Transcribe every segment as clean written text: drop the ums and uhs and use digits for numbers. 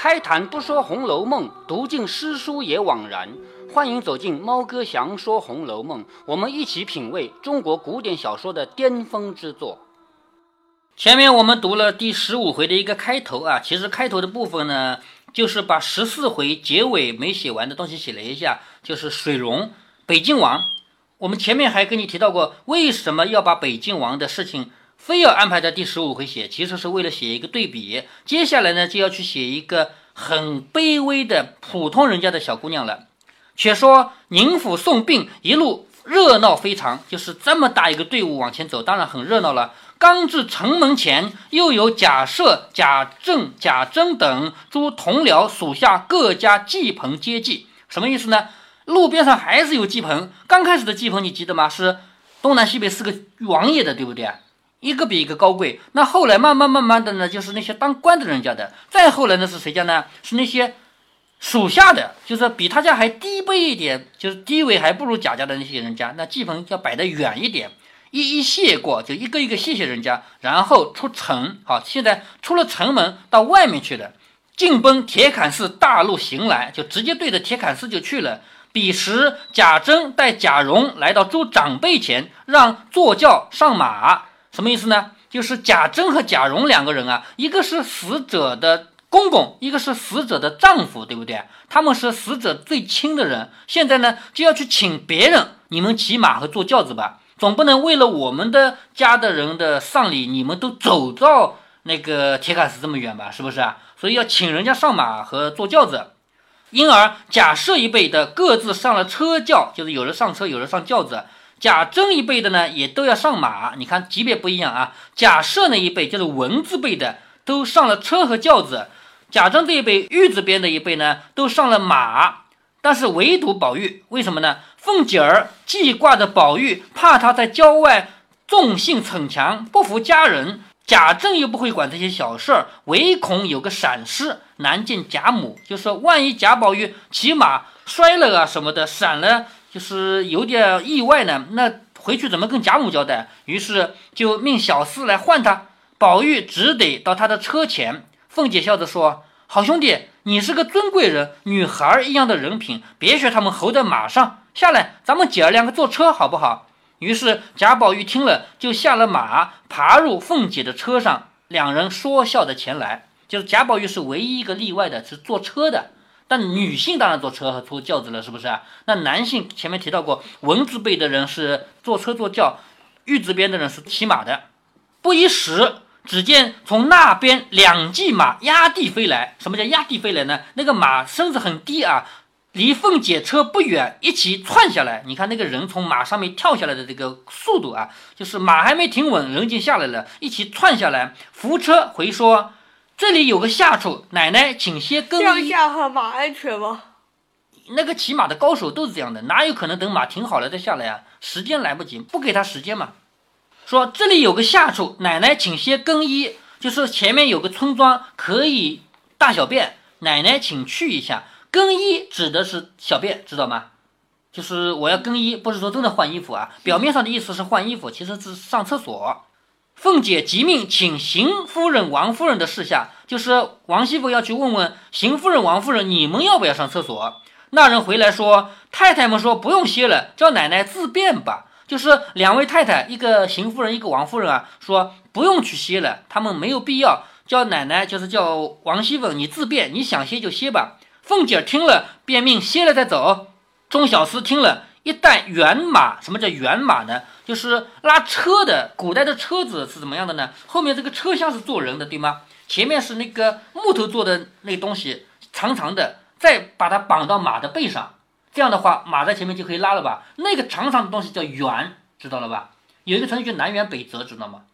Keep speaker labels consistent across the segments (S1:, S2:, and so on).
S1: 开坛不说《红楼梦》，读尽诗书也枉然。欢迎走进猫哥祥说《红楼梦》，我们一起品味中国古典小说的巅峰之作。前面我们读了第15回的一个开头啊，其实开头的部分呢，就是把14回结尾没写完的东西写了一下，就是水溶、北静王。我们前面还跟你提到过，为什么要把北静王的事情非要安排在第15回写，其实是为了写一个对比。接下来呢，就要去写一个很卑微的普通人家的小姑娘了。且说宁府送殡一路热闹非常，就是这么大一个队伍往前走，当然很热闹了。刚至城门前，又有贾赦、贾政、贾珍等诸同僚属下各家祭棚接济。什么意思呢？路边上还是有祭棚，刚开始的祭棚你记得吗？是东南西北4个王爷的，对不对？一个比一个高贵。那后来慢慢的呢，就是那些当官的人家的。再后来呢，是谁家呢？是那些属下的，就是比他家还低卑一点，就是地位还不如贾家的那些人家。那祭棚要摆得远一点，一一谢过，就一个一个谢谢人家，然后出城。好，现在出了城门到外面去了，径奔铁槛寺大路行来，就直接对着铁槛寺就去了。彼时贾珍带贾蓉来到诸长辈前，让坐轿上马。什么意思呢？就是贾珍和贾蓉两个人啊，一个是死者的公公，一个是死者的丈夫，对不对？他们是死者最亲的人，现在呢就要去请别人，你们骑马和坐轿子吧，总不能为了我们的家的人的丧礼，你们都走到那个铁槛寺这么远吧，是不是啊？所以要请人家上马和坐轿子。因而贾赦一辈的各自上了车轿，就是有人上车，有人上轿子。贾珍一辈的呢，也都要上马。你看级别不一样啊。贾赦那一辈就是文字辈的，都上了车和轿子。贾珍这一辈玉字边的一辈呢，都上了马。但是唯独宝玉，为什么呢？凤姐儿记挂着宝玉，怕他在郊外纵性逞强，不服家人。贾政又不会管这些小事儿，唯恐有个闪失，难见贾母。就是说，万一贾宝玉骑马摔了啊什么的，闪了，就是有点意外呢，那回去怎么跟贾母交代？于是就命小厮来唤他。宝玉只得到他的车前。凤姐笑着说：“好兄弟，你是个尊贵人，女孩一样的人品，别学他们猴在马上，下来，咱们姐儿两个坐车好不好？”于是贾宝玉听了，就下了马，爬入凤姐的车上，两人说笑着前来。就是贾宝玉是唯一一个例外的，是坐车的。但女性当然坐车和坐轿子了，是不是啊？那男性前面提到过，文字辈的人是坐车坐轿，玉字边的人是骑马的。不一时，只见从那边2骑马压地飞来。什么叫压地飞来呢？那个马身子很低啊，离凤姐车不远，一起窜下来。你看那个人从马上面跳下来的这个速度啊，就是马还没停稳，人已经下来了，一起窜下来，扶车回说：“这里有个下处，奶奶请些更衣。”
S2: 这样下和马安全吗？
S1: 那个骑马的高手都是这样的，哪有可能等马停好了再下来啊？时间来不及，不给他时间嘛。说这里有个下处，奶奶请些更衣，就是前面有个村庄可以大小便，奶奶请去一下。更衣指的是小便，知道吗？就是我要更衣，不是说真的换衣服啊，表面上的意思是换衣服，其实是上厕所。凤姐急命请邢夫人、王夫人的示下，就是王熙凤要去问问邢夫人、王夫人，你们要不要上厕所？那人回来说，太太们说不用歇了，叫奶奶自便吧。就是2位太太，一个邢夫人，一个王夫人啊，说不用去歇了，他们没有必要，叫奶奶就是叫王熙凤，你自便，你想歇就歇吧。凤姐听了，便命歇了再走。众小厮听了，一带辕马。什么叫辕马呢？就是拉车的。古代的车子是怎么样的呢？后面这个车厢是坐人的，对吗？前面是那个木头做的那东西，长长的，再把它绑到马的背上，这样的话马在前面就可以拉了吧。那个长长的东西叫辕，知道了吧？有一个成语叫南辕北辙，知道吗？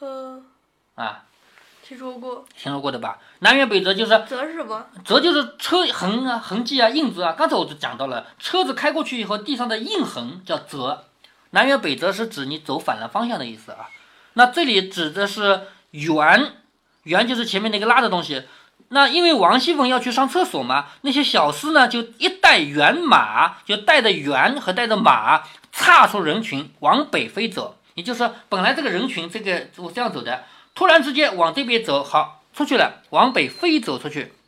S2: 听说过
S1: 的吧？南辕北辙就是
S2: 辙是什么？
S1: 辙就是车痕啊、痕迹啊、印子啊。刚才我就讲到了，车子开过去以后，地上的印痕叫辙。南辕北辙是指你走反了方向的意思啊。那这里指的是辕，辕就是前面那个拉的东西。那因为王熙凤要去上厕所嘛，那些小厮呢就一带辕马，就带着辕和带着马，踏出人群往北飞走。也就是说，本来这个人群我这样走的，突然之间往这边走，好出去了，往北飞走出去。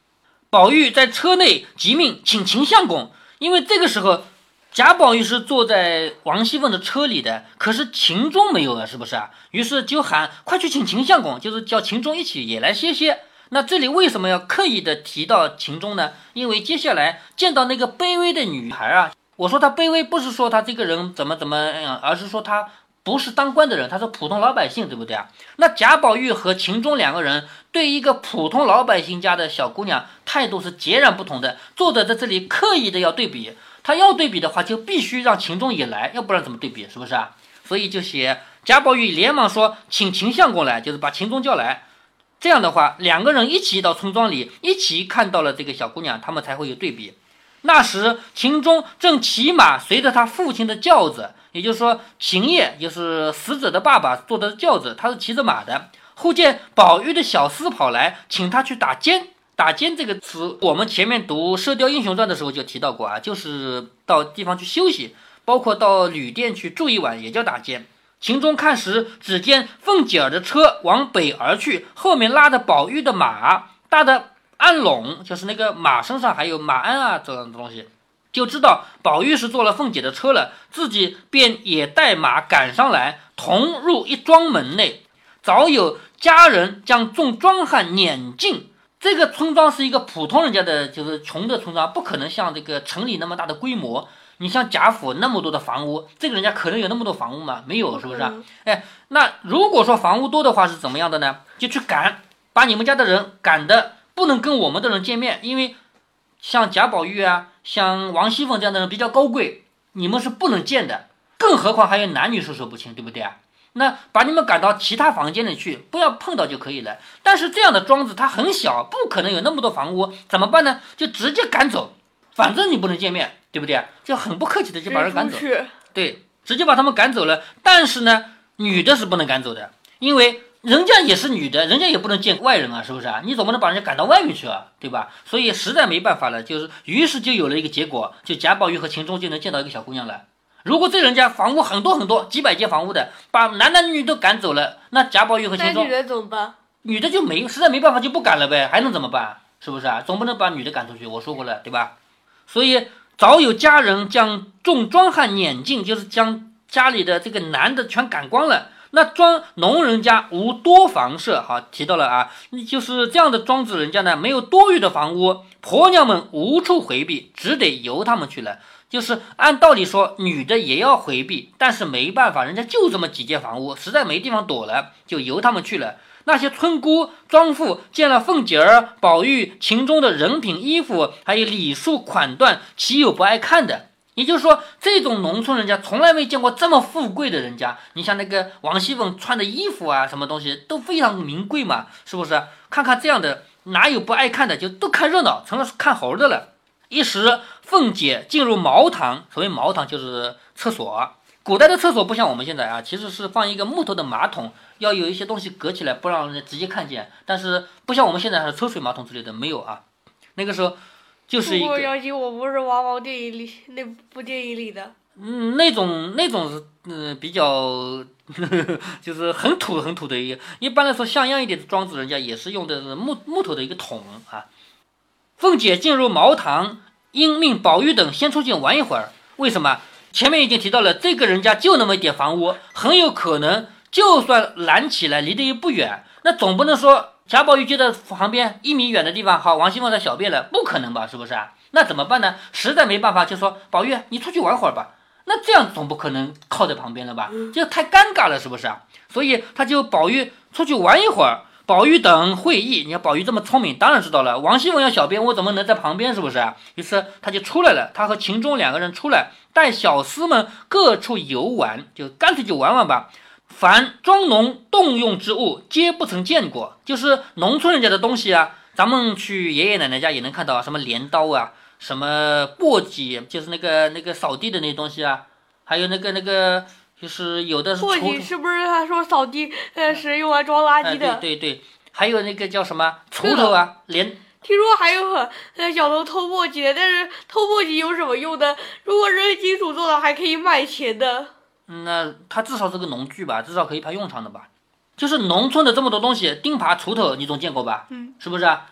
S3: 宝玉在车内急命请秦相公，因为这个时候贾宝玉是坐在王熙凤的车里的，可是秦钟没有了，是不是啊？于是就喊快去请秦相公，就是叫秦钟一起也来歇歇。那这里为什么要刻意的提到秦钟呢？因为接下来见到那个卑微的女孩啊，我说她卑微不是说她这个人怎么而是说她不是当官的人，他是普通老百姓，对不对啊？那贾宝玉和秦钟两个人对一个普通老百姓家的小姑娘态度是截然不同的，作者在这里刻意的要对比，他要对比的话就必须让秦钟也来，要不然怎么对比，是不是啊？所以就写贾宝玉连忙说请秦相公来，就是把秦钟叫来。这样的话两个人一起到村庄里，一起看到了这个小姑娘，他们才会有对比。那时秦钟正骑马随着他父亲的轿子，也就是说秦业就是死者的爸爸坐的轿子，他是骑着马的。忽见宝玉的小厮跑来请他去打尖。打尖这个词我们前面读《射雕英雄传》的时候就提到过啊，就是到地方去休息，包括到旅店去住一晚也叫打尖。秦钟看时，只见凤姐儿的车往北而去，后面拉着宝玉的马，大的鞍笼，就是那个马身上还有马鞍啊这样的东西，就知道宝玉是坐了凤姐的车了，自己便也带马赶上来，同入一庄门内。早有家人将众庄汉撵进。这个村庄是一个普通人家的，就是穷的村庄，不可能像这个城里那么大的规模。你像贾府那么多的房屋，这个人家可能有那么多房屋吗？没有，是不是啊？那如果说房屋多的话是怎么样的呢？就去赶，把你们家的人赶的不能跟我们的人见面，因为像贾宝玉啊，像王熙凤这样的人比较高贵，你们是不能见的，更何况还有男女授受不亲，对不对啊？那把你们赶到其他房间里去，不要碰到就可以了。但是这样的庄子它很小，不可能有那么多房屋，怎么办呢？就直接赶走，反正你不能见面，对不对？就很不客气的就把人赶走。对，直接把他们赶走了。但是呢，女的是不能赶走的，因为人家也是女的，人家也不能见外人啊，是不是啊？你总不能把人家赶到外面去啊，对吧？所以实在没办法了，于是就有了一个结果，就贾宝玉和秦钟就能见到一个小姑娘了。如果这人家房屋很多很多，几百间房屋的，把男男女女都赶走了，那贾宝玉和秦钟，
S2: 那女的怎么办？
S3: 女的就实在没办法就不赶了呗，还能怎么办？是不是啊？总不能把女的赶出去，我说过了，对吧？所以早有家人将众庄汉撵进，就是将家里的这个男的全赶光了。那庄农人家无多房舍，好提到了啊，就是这样的庄子人家呢没有多余的房屋，婆娘们无处回避，只得由他们去了。就是按道理说女的也要回避，但是没办法，人家就这么几间房屋，实在没地方躲了，就由他们去了。那些村姑庄妇见了凤姐儿、宝玉、秦钟的人品衣服还有礼数款段，岂有不爱看的？也就是说，这种农村人家从来没见过这么富贵的人家。你像那个王熙凤穿的衣服啊，什么东西都非常名贵嘛，是不是？看看这样的，哪有不爱看的？就都看热闹，成了看猴的了。一时凤姐进入茅堂，所谓茅堂就是厕所。古代的厕所不像我们现在啊，其实是放一个木头的马桶，要有一些东西隔起来，不让人直接看见。但是不像我们现在还是抽水马桶之类的，没有啊。那个时候就是一个。
S2: 我想起我不是娃娃电影里那部电影里的。
S3: 那种是比较就是很土的一般来说像样一点的庄子，人家也是用的是木头的一个桶啊。凤姐进入茅堂，因命宝玉等先出去玩一会儿。为什么？前面已经提到了，这个人家就那么一点房屋，很有可能就算拦起来离得也不远，那总不能说贾宝玉就在旁边1米远的地方，好，王熙凤在小便了，不可能吧？是不是啊？那怎么办呢？实在没办法，就说宝玉你出去玩会儿吧。那这样总不可能靠在旁边了吧？这太尴尬了，是不是啊？所以他就宝玉出去玩一会儿。宝玉等会意，你看宝玉这么聪明，当然知道了王熙凤要小便，我怎么能在旁边，是不是啊？于是他就出来了，他和秦钟两个人出来，带小厮们各处游玩，就干脆就玩玩吧。凡庄农动用之物，皆不曾见过，就是农村人家的东西啊，咱们去爷爷奶奶家也能看到，什么镰刀啊，什么簸箕，就是那个扫地的那东西啊，还有那个。就是有的是
S2: 簸箕，是不是他说扫地是用来装垃圾的？
S3: 对，还有那个叫什么锄头啊，听
S2: 说还有小偷偷簸箕的，但是偷簸箕有什么用的？如果是金属做的，还可以卖钱的。
S3: 那它至少是个农具吧，至少可以派用场的吧？就是农村的这么多东西，钉耙、锄头，你总见过吧？是不是啊？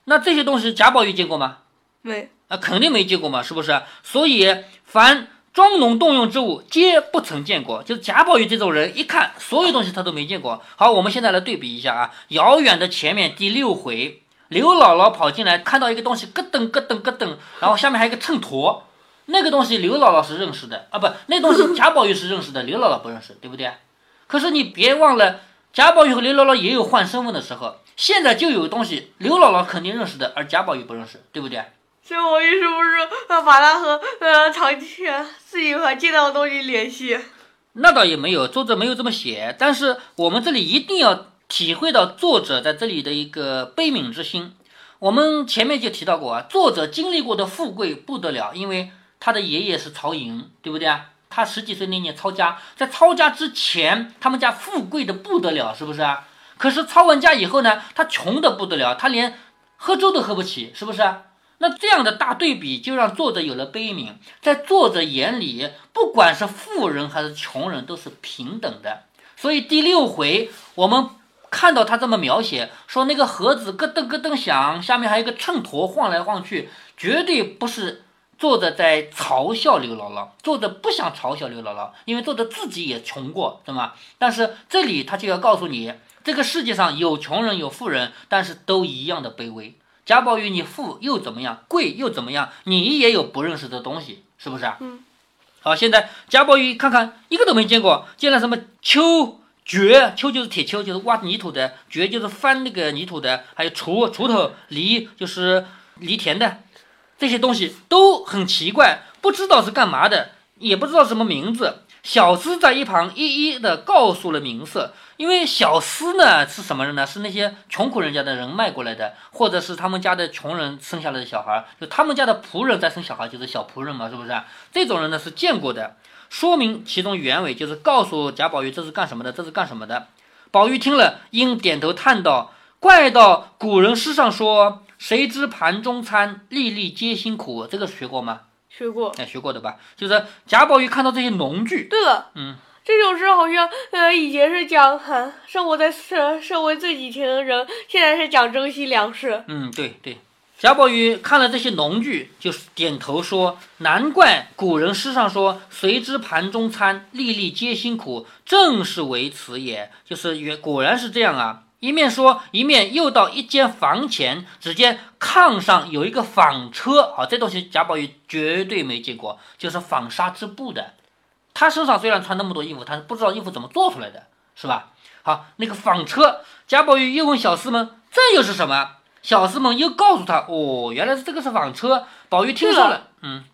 S3: 那这些东西贾宝玉见过吗？
S2: 没。
S3: 肯定没见过嘛，是不是？所以凡装聋动用之物，皆不曾见过。就是贾宝玉这种人，一看所有东西他都没见过。好，我们现在来对比一下啊。遥远的前面第6回，刘姥姥跑进来，看到一个东西咯噔咯噔咯噔，然后下面还有一个秤砣，那个东西刘姥姥是认识的啊，不，那东西贾宝玉是认识的，刘姥姥不认识，对不对？可是你别忘了，贾宝玉和刘姥姥也有换身份的时候。现在就有东西，刘姥姥肯定认识的，而贾宝玉不认识，对不对？
S2: 贾宝玉是不是把他和常见自己和见到的东西联系？
S3: 那倒也没有，作者没有这么写，但是我们这里一定要体会到作者在这里的一个悲悯之心。我们前面就提到过啊，作者经历过的富贵不得了，因为他的爷爷是曹寅，对不对啊？他10几岁那年抄家，在抄家之前，他们家富贵的不得了，是不是啊？可是抄完家以后呢，他穷的不得了，他连喝粥都喝不起，是不是啊？那这样的大对比就让作者有了悲悯，在作者眼里，不管是富人还是穷人都是平等的。所以第6回我们看到他这么描写，说那个盒子咯噔咯噔响，下面还有一个秤砣晃来晃去，绝对不是作者在嘲笑刘姥姥，作者不想嘲笑刘姥姥，因为作者自己也穷过，对吗？但是这里他就要告诉你，这个世界上有穷人有富人，但是都一样的卑微。贾宝玉，你富又怎么样，贵又怎么样？你也有不认识的东西，是不是啊？好，现在贾宝玉看看一个都没见过，见了什么锄、掘，锄就是铁锄，就是挖泥土的；掘就是翻那个泥土的；还有锄头，犁就是犁田的。这些东西都很奇怪，不知道是干嘛的，也不知道什么名字。小厮在一旁一一的告诉了名色，因为小厮呢是什么人呢？是那些穷苦人家的人卖过来的，或者是他们家的穷人生下来的小孩，就他们家的仆人再生小孩就是小仆人嘛，是不是？这种人呢是见过的，说明其中原委，就是告诉贾宝玉这是干什么的，这是干什么的。宝玉听了，应点头叹道：“怪道古人诗上说，谁知盘中餐，粒粒皆辛苦。”这个学过吗？
S2: 学过，
S3: 学过的吧？就是贾宝玉看到这些农具，
S2: 对了，这种事好像以前是讲生活在社会最底层的人，现在是讲珍惜粮食。
S3: 对。贾宝玉看了这些农具，就点头说：“难怪古人诗上说，谁知盘中餐，粒粒皆辛苦，正是为此也。”就是果然是这样啊。一面说，一面又到一间房前，只见炕上有一个纺车，这东西贾宝玉绝对没见过，就是纺纱织布的。他身上虽然穿那么多衣服，他不知道衣服怎么做出来的，是吧？好，那个纺车，贾宝玉又问小厮们这又是什么？小厮们又告诉他，原来是这个是纺车。宝玉听说了，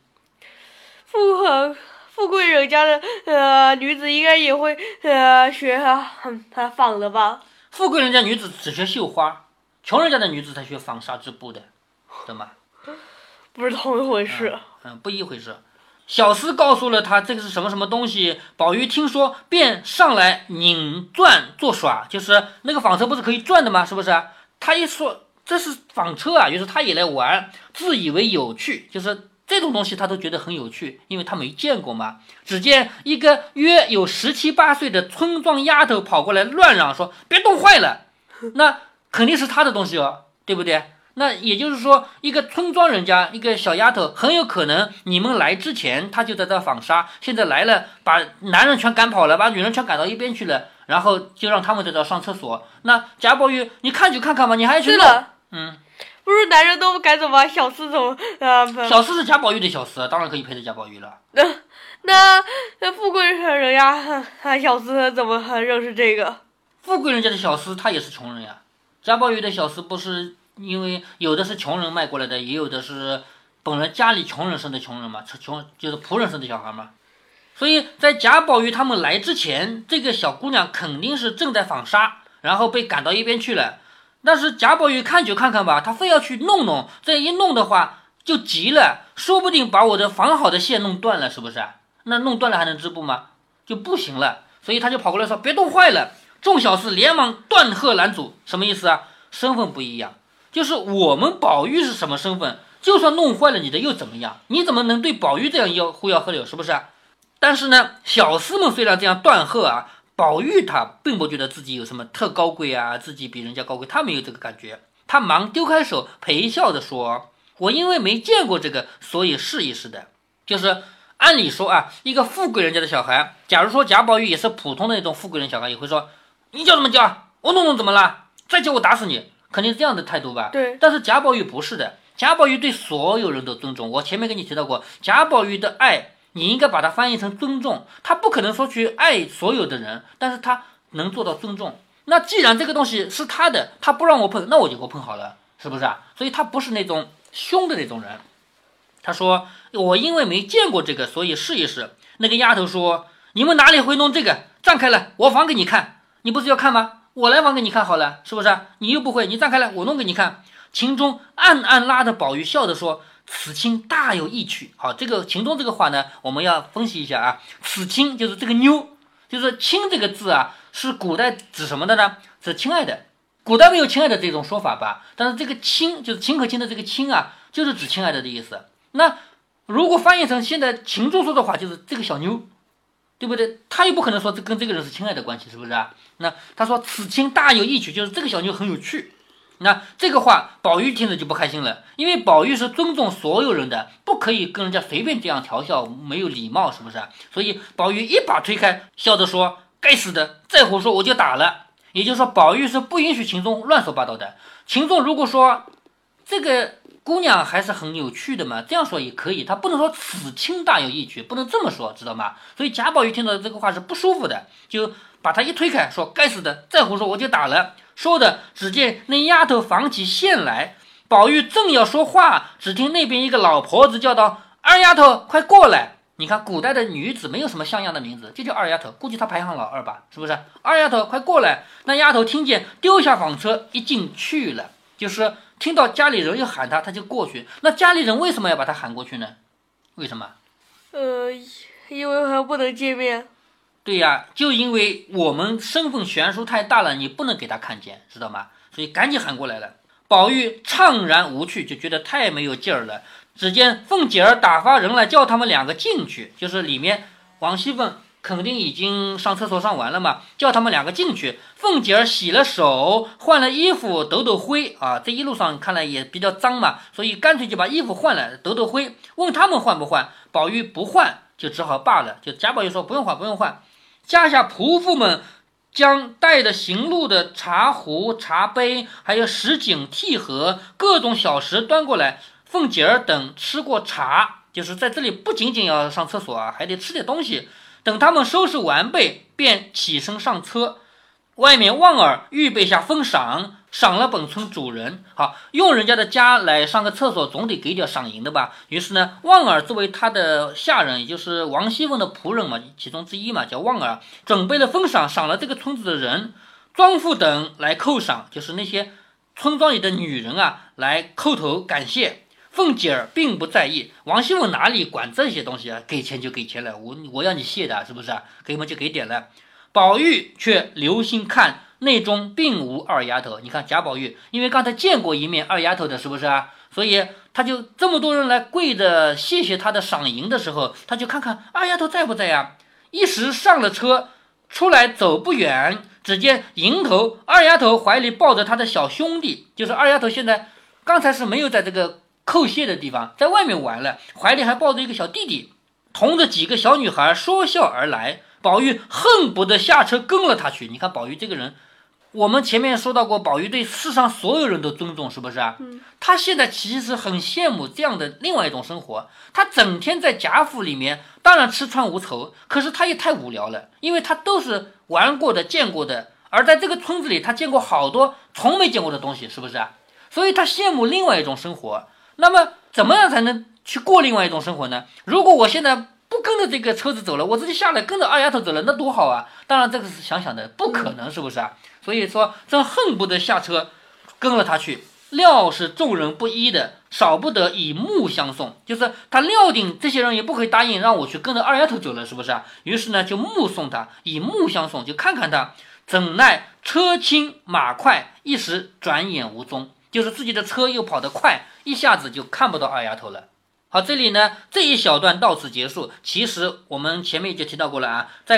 S2: 富贵人家的女子应该也会学纺的吧？
S3: 富贵人家女子只学绣花，穷人家的女子才学纺纱织布的，懂吗？
S2: 不是同一回事。
S3: 不一回事。小厮告诉了他这个是什么什么东西，宝玉听说便上来拧转作耍，就是那个纺车不是可以转的吗？是不是？他一说这是纺车啊，于是他也来玩，自以为有趣，就是这种东西他都觉得很有趣，因为他没见过嘛。只见一个约有17、18岁的村庄丫头跑过来乱嚷说：“别冻坏了！”那肯定是他的东西哦，对不对？那也就是说，一个村庄人家一个小丫头，很有可能你们来之前她就在这纺纱，现在来了，把男人全赶跑了，把女人全赶到一边去了，然后就让他们在这上厕所。那贾宝玉，你看就看看吧，你还要去弄？
S2: 不是男人都赶走吗？小厮怎么
S3: 小厮是贾宝玉的小厮，当然可以陪着贾宝玉了。
S2: 那富贵人家小厮怎么认识这个？
S3: 富贵人家的小厮他也是穷人呀。贾宝玉的小厮不是因为有的是穷人卖过来的，也有的是本来家里穷人生的穷人嘛，就是仆人生的小孩嘛。所以在贾宝玉他们来之前，这个小姑娘肯定是正在纺纱，然后被赶到一边去了。但是贾宝玉看就看看吧，他非要去弄弄，这一弄的话就急了，说不定把我的纺好的线弄断了，是不是？那弄断了还能织布吗？就不行了。所以他就跑过来说：“别冻坏了！”众小厮连忙断喝拦阻，什么意思啊？身份不一样，就是我们宝玉是什么身份，就算弄坏了你的又怎么样？你怎么能对宝玉这样呼吆喝柳，是不是？但是呢，小厮们虽然这样断喝啊，宝玉他并不觉得自己有什么特高贵啊，自己比人家高贵，他没有这个感觉。 他忙丢开手，陪笑着说：“我因为没见过这个，所以试一试的。”就是按理说啊，一个富贵人家的小孩，假如说贾宝玉也是普通的那种富贵人小孩，也会说：“你叫什么叫？我弄怎么了？再叫我打死你！”肯定是这样的态度吧？
S2: 对。
S3: 但是贾宝玉不是的，贾宝玉对所有人都尊重。我前面跟你提到过，贾宝玉的爱，你应该把它翻译成尊重。他不可能说去爱所有的人，但是他能做到尊重。那既然这个东西是他的，他不让我碰，那我就不碰好了，是不是啊？所以他不是那种凶的那种人。他说：“我因为没见过这个，所以试一试。”那个丫头说：“你们哪里会弄这个？站开来，我仿给你看。你不是要看吗？我来仿给你看好了，是不是？你又不会，你站开来，我弄给你看。”秦钟暗暗拉着宝玉笑着说：“此卿大有意趣。”好，这个秦钟这个话呢，我们要分析一下啊。此卿就是这个妞，就是卿这个字啊，是古代指什么的呢？是亲爱的。古代没有亲爱的这种说法吧？但是这个卿就是秦可卿的这个卿啊，就是指亲爱的的意思。那如果翻译成现在秦钟说的话，就是这个小妞，对不对？他又不可能说跟这个人是亲爱的关系，是不是啊？那他说此卿大有意趣，就是这个小妞很有趣。那这个话宝玉听着就不开心了，因为宝玉是尊重所有人的，不可以跟人家随便这样调笑，没有礼貌，是不是啊？所以宝玉一把推开，笑着说：“该死的，再胡说我就打了。”也就是说，宝玉是不允许秦钟乱说八道的。秦钟如果说这个姑娘还是很有趣的嘛，这样说也可以，他不能说此卿大有意趣，不能这么说，知道吗？所以贾宝玉听到这个话是不舒服的，就把他一推开，说：“该死的，再胡说我就打了。”说的，只见那丫头纺起线来，宝玉正要说话，只听那边一个老婆子叫道：“二丫头，快过来！”你看古代的女子没有什么像样的名字，就叫二丫头，估计她排行老二吧，是不是？二丫头快过来！那丫头听见，丢下纺车一进去了，就是听到家里人又喊她，她就过去。那家里人为什么要把她喊过去呢？为什么？
S2: 因为还不能见面。
S3: 对呀，就因为我们身份悬殊太大了，你不能给她看见，知道吗？所以赶紧喊过来了。宝玉怅然无趣，就觉得太没有劲儿了。只见凤姐儿打发人来叫他们两个进去，就是里面王熙凤肯定已经上厕所上完了嘛，叫他们两个进去。凤姐儿洗了手，换了衣服，抖抖灰啊，这一路上看来也比较脏嘛，所以干脆就把衣服换了，抖抖灰。问他们换不换，宝玉不换，就只好罢了。就贾宝玉说不用换，不用换。家下仆妇们将带的行路的茶壶、茶杯，还有什锦、屉盒，各种小食端过来。凤姐儿等吃过茶，就是在这里不仅仅要上厕所啊，还得吃点东西。等他们收拾完备，便起身上车。外面旺儿预备下封赏，赏了本村主人。好，用人家的家来上个厕所，总得给点赏银的吧。于是呢，旺儿作为他的下人，也就是王熙凤的仆人嘛，其中之一嘛，叫旺儿，准备了封赏，赏了这个村子的人。庄妇等来叩赏，就是那些村庄里的女人啊，来叩头感谢。凤姐儿并不在意，王熙凤哪里管这些东西啊？给钱就给钱了，我要你谢的，是不是？给嘛就给点了。宝玉却留心看，内中并无二丫头。你看贾宝玉，因为刚才见过一面二丫头的，是不是啊？所以他就这么多人来跪着谢谢他的赏银的时候，他就看看二丫头在不在呀？一时上了车，出来走不远，只见迎头二丫头怀里抱着他的小兄弟，就是二丫头现在刚才是没有在这个叩谢的地方，在外面玩了，怀里还抱着一个小弟弟，同着几个小女孩说笑而来。宝玉恨不得下车跟了他去。你看宝玉这个人，我们前面说到过，宝玉对世上所有人都尊重，是不是啊？他现在其实很羡慕这样的另外一种生活。他整天在贾府里面，当然吃穿无愁，可是他也太无聊了，因为他都是玩过的、见过的，而在这个村子里，他见过好多从没见过的东西，是不是啊？所以他羡慕另外一种生活。那么怎么样才能去过另外一种生活呢？如果我现在不跟着这个车子走了，我自己下来跟着二丫头走了，那多好啊！当然这个是想想的，不可能，是不是啊？所以说真恨不得下车跟了他去。料是众人不依的，少不得以目相送，就是他料定这些人也不会答应让我去跟着二丫头走了，是不是啊？于是呢就目送他，以目相送，就看看他。怎奈车轻马快，一时转眼无踪，就是自己的车又跑得快，一下子就看不到二丫头了。好，这里呢这一小段到此结束。其实我们前面就提到过了啊，在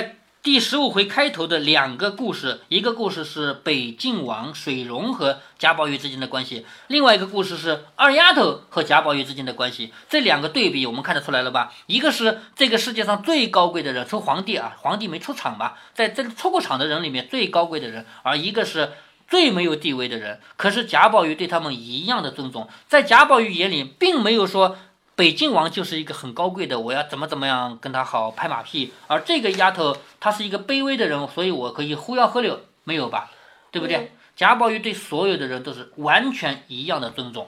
S3: 第15回开头的2个故事，一个故事是北静王水溶和贾宝玉之间的关系，另外一个故事是二丫头和贾宝玉之间的关系。这2个对比我们看得出来了吧？一个是这个世界上最高贵的人，除皇帝啊，皇帝没出场吧，在这出过场的人里面最高贵的人，而一个是最没有地位的人。可是贾宝玉对他们一样的尊重，在贾宝玉眼里并没有说北静王就是一个很高贵的，我要怎么样跟他好拍马屁，而这个丫头她是一个卑微的人，所以我可以忽悠喝柳，没有吧？对不对？贾宝玉对所有的人都是完全一样的尊重。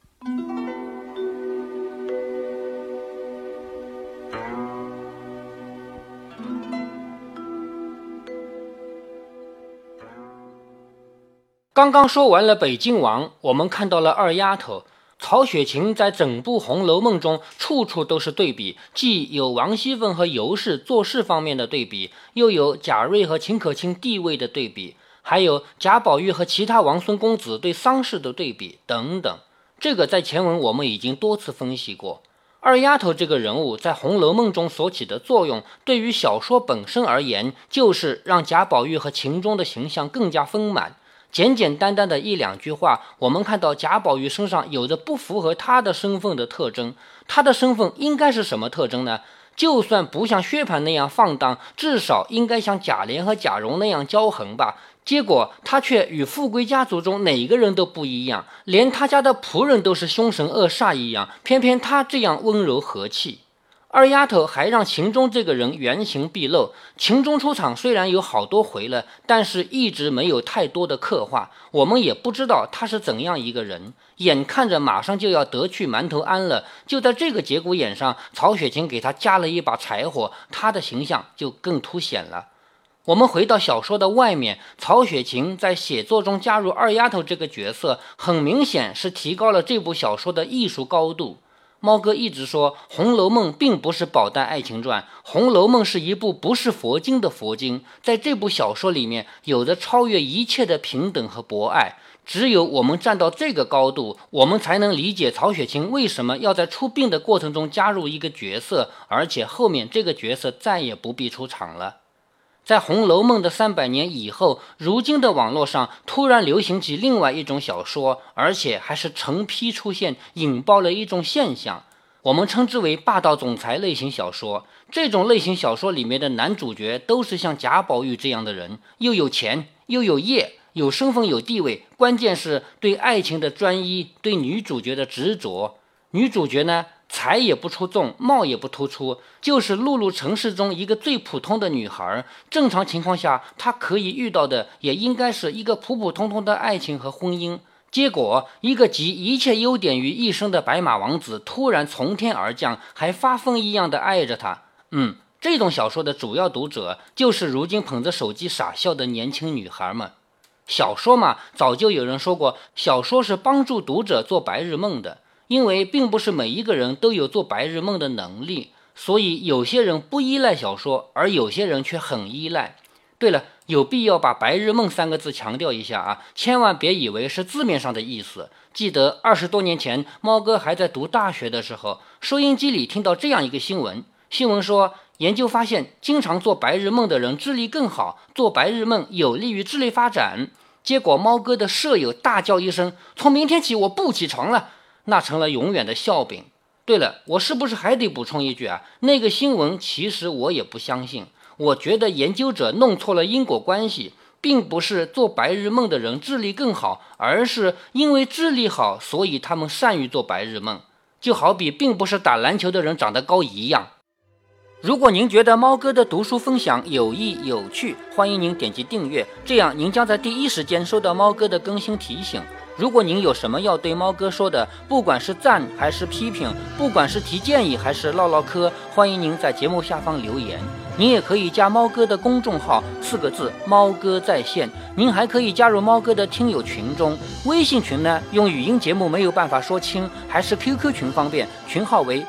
S1: 刚刚说完了北静王，我们看到了二丫头。曹雪芹在整部《红楼梦》中处处都是对比，既有王熙凤和尤氏做事方面的对比，又有贾瑞和秦可卿地位的对比，还有贾宝玉和其他王孙公子对丧事的对比等等。这个在前文我们已经多次分析过。二丫头这个人物在《红楼梦》中所起的作用，对于小说本身而言，就是让贾宝玉和秦钟的形象更加丰满。简简单单的1、2句话，我们看到贾宝玉身上有着不符合他的身份的特征。他的身份应该是什么特征呢？就算不像薛蟠那样放荡，至少应该像贾琏和贾蓉那样骄横吧。结果他却与富贵家族中哪个人都不一样，连他家的仆人都是凶神恶煞一样，偏偏他这样温柔和气。二丫头还让秦钟这个人原形毕露。秦钟出场虽然有好多回了，但是一直没有太多的刻画，我们也不知道他是怎样一个人。眼看着马上就要得去馒头庵了，就在这个节骨眼上，曹雪芹给他加了一把柴火，他的形象就更凸显了。我们回到小说的外面，曹雪芹在写作中加入二丫头这个角色，很明显是提高了这部小说的艺术高度。猫哥一直说《红楼梦》并不是宝黛爱情传，《红楼梦》是一部不是佛经的佛经。在这部小说里面，有着超越一切的平等和博爱。只有我们站到这个高度，我们才能理解曹雪芹为什么要在出殡的过程中加入一个角色，而且后面这个角色再也不必出场了。在《红楼梦》的300年以后，如今的网络上突然流行起另外一种小说，而且还是成批出现，引爆了一种现象，我们称之为霸道总裁类型小说。这种类型小说里面的男主角都是像贾宝玉这样的人，又有钱又有业，有身份有地位，关键是对爱情的专一，对女主角的执着。女主角呢，才也不出众，貌也不突出，就是碌碌城市中一个最普通的女孩。正常情况下，她可以遇到的也应该是一个普普通通的爱情和婚姻。结果一个集一切优点于一身的白马王子突然从天而降，还发疯一样的爱着她。这种小说的主要读者就是如今捧着手机傻笑的年轻女孩们。小说嘛，早就有人说过，小说是帮助读者做白日梦的。因为并不是每一个人都有做白日梦的能力，所以有些人不依赖小说，而有些人却很依赖。对了，有必要把白日梦3个字强调一下啊，千万别以为是字面上的意思。记得20多年前，猫哥还在读大学的时候，收音机里听到这样一个新闻说，研究发现经常做白日梦的人智力更好，做白日梦有利于智力发展。结果猫哥的舍友大叫一声，从明天起我不起床了，那成了永远的笑柄。对了，我是不是还得补充一句啊？那个新闻其实我也不相信，我觉得研究者弄错了因果关系，并不是做白日梦的人智力更好，而是因为智力好，所以他们善于做白日梦。就好比并不是打篮球的人长得高一样。如果您觉得猫哥的读书分享有益有趣，欢迎您点击订阅，这样您将在第一时间收到猫哥的更新提醒。如果您有什么要对猫哥说的，不管是赞还是批评，不管是提建议还是唠唠嗑，欢迎您在节目下方留言。您也可以加猫哥的公众号，4个字，猫哥在线。您还可以加入猫哥的听友群中，微信群呢，用语音节目没有办法说清，还是 QQ 群方便，群号为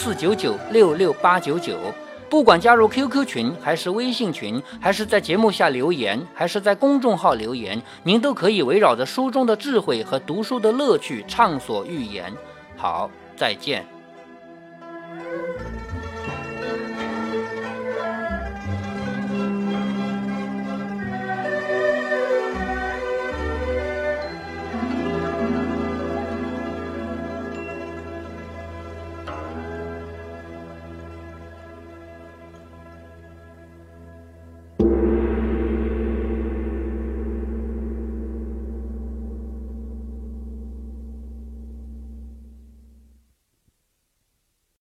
S1: 8499668899。不管加入 QQ 群还是微信群，还是在节目下留言，还是在公众号留言，您都可以围绕着书中的智慧和读书的乐趣畅所欲言。好，再见。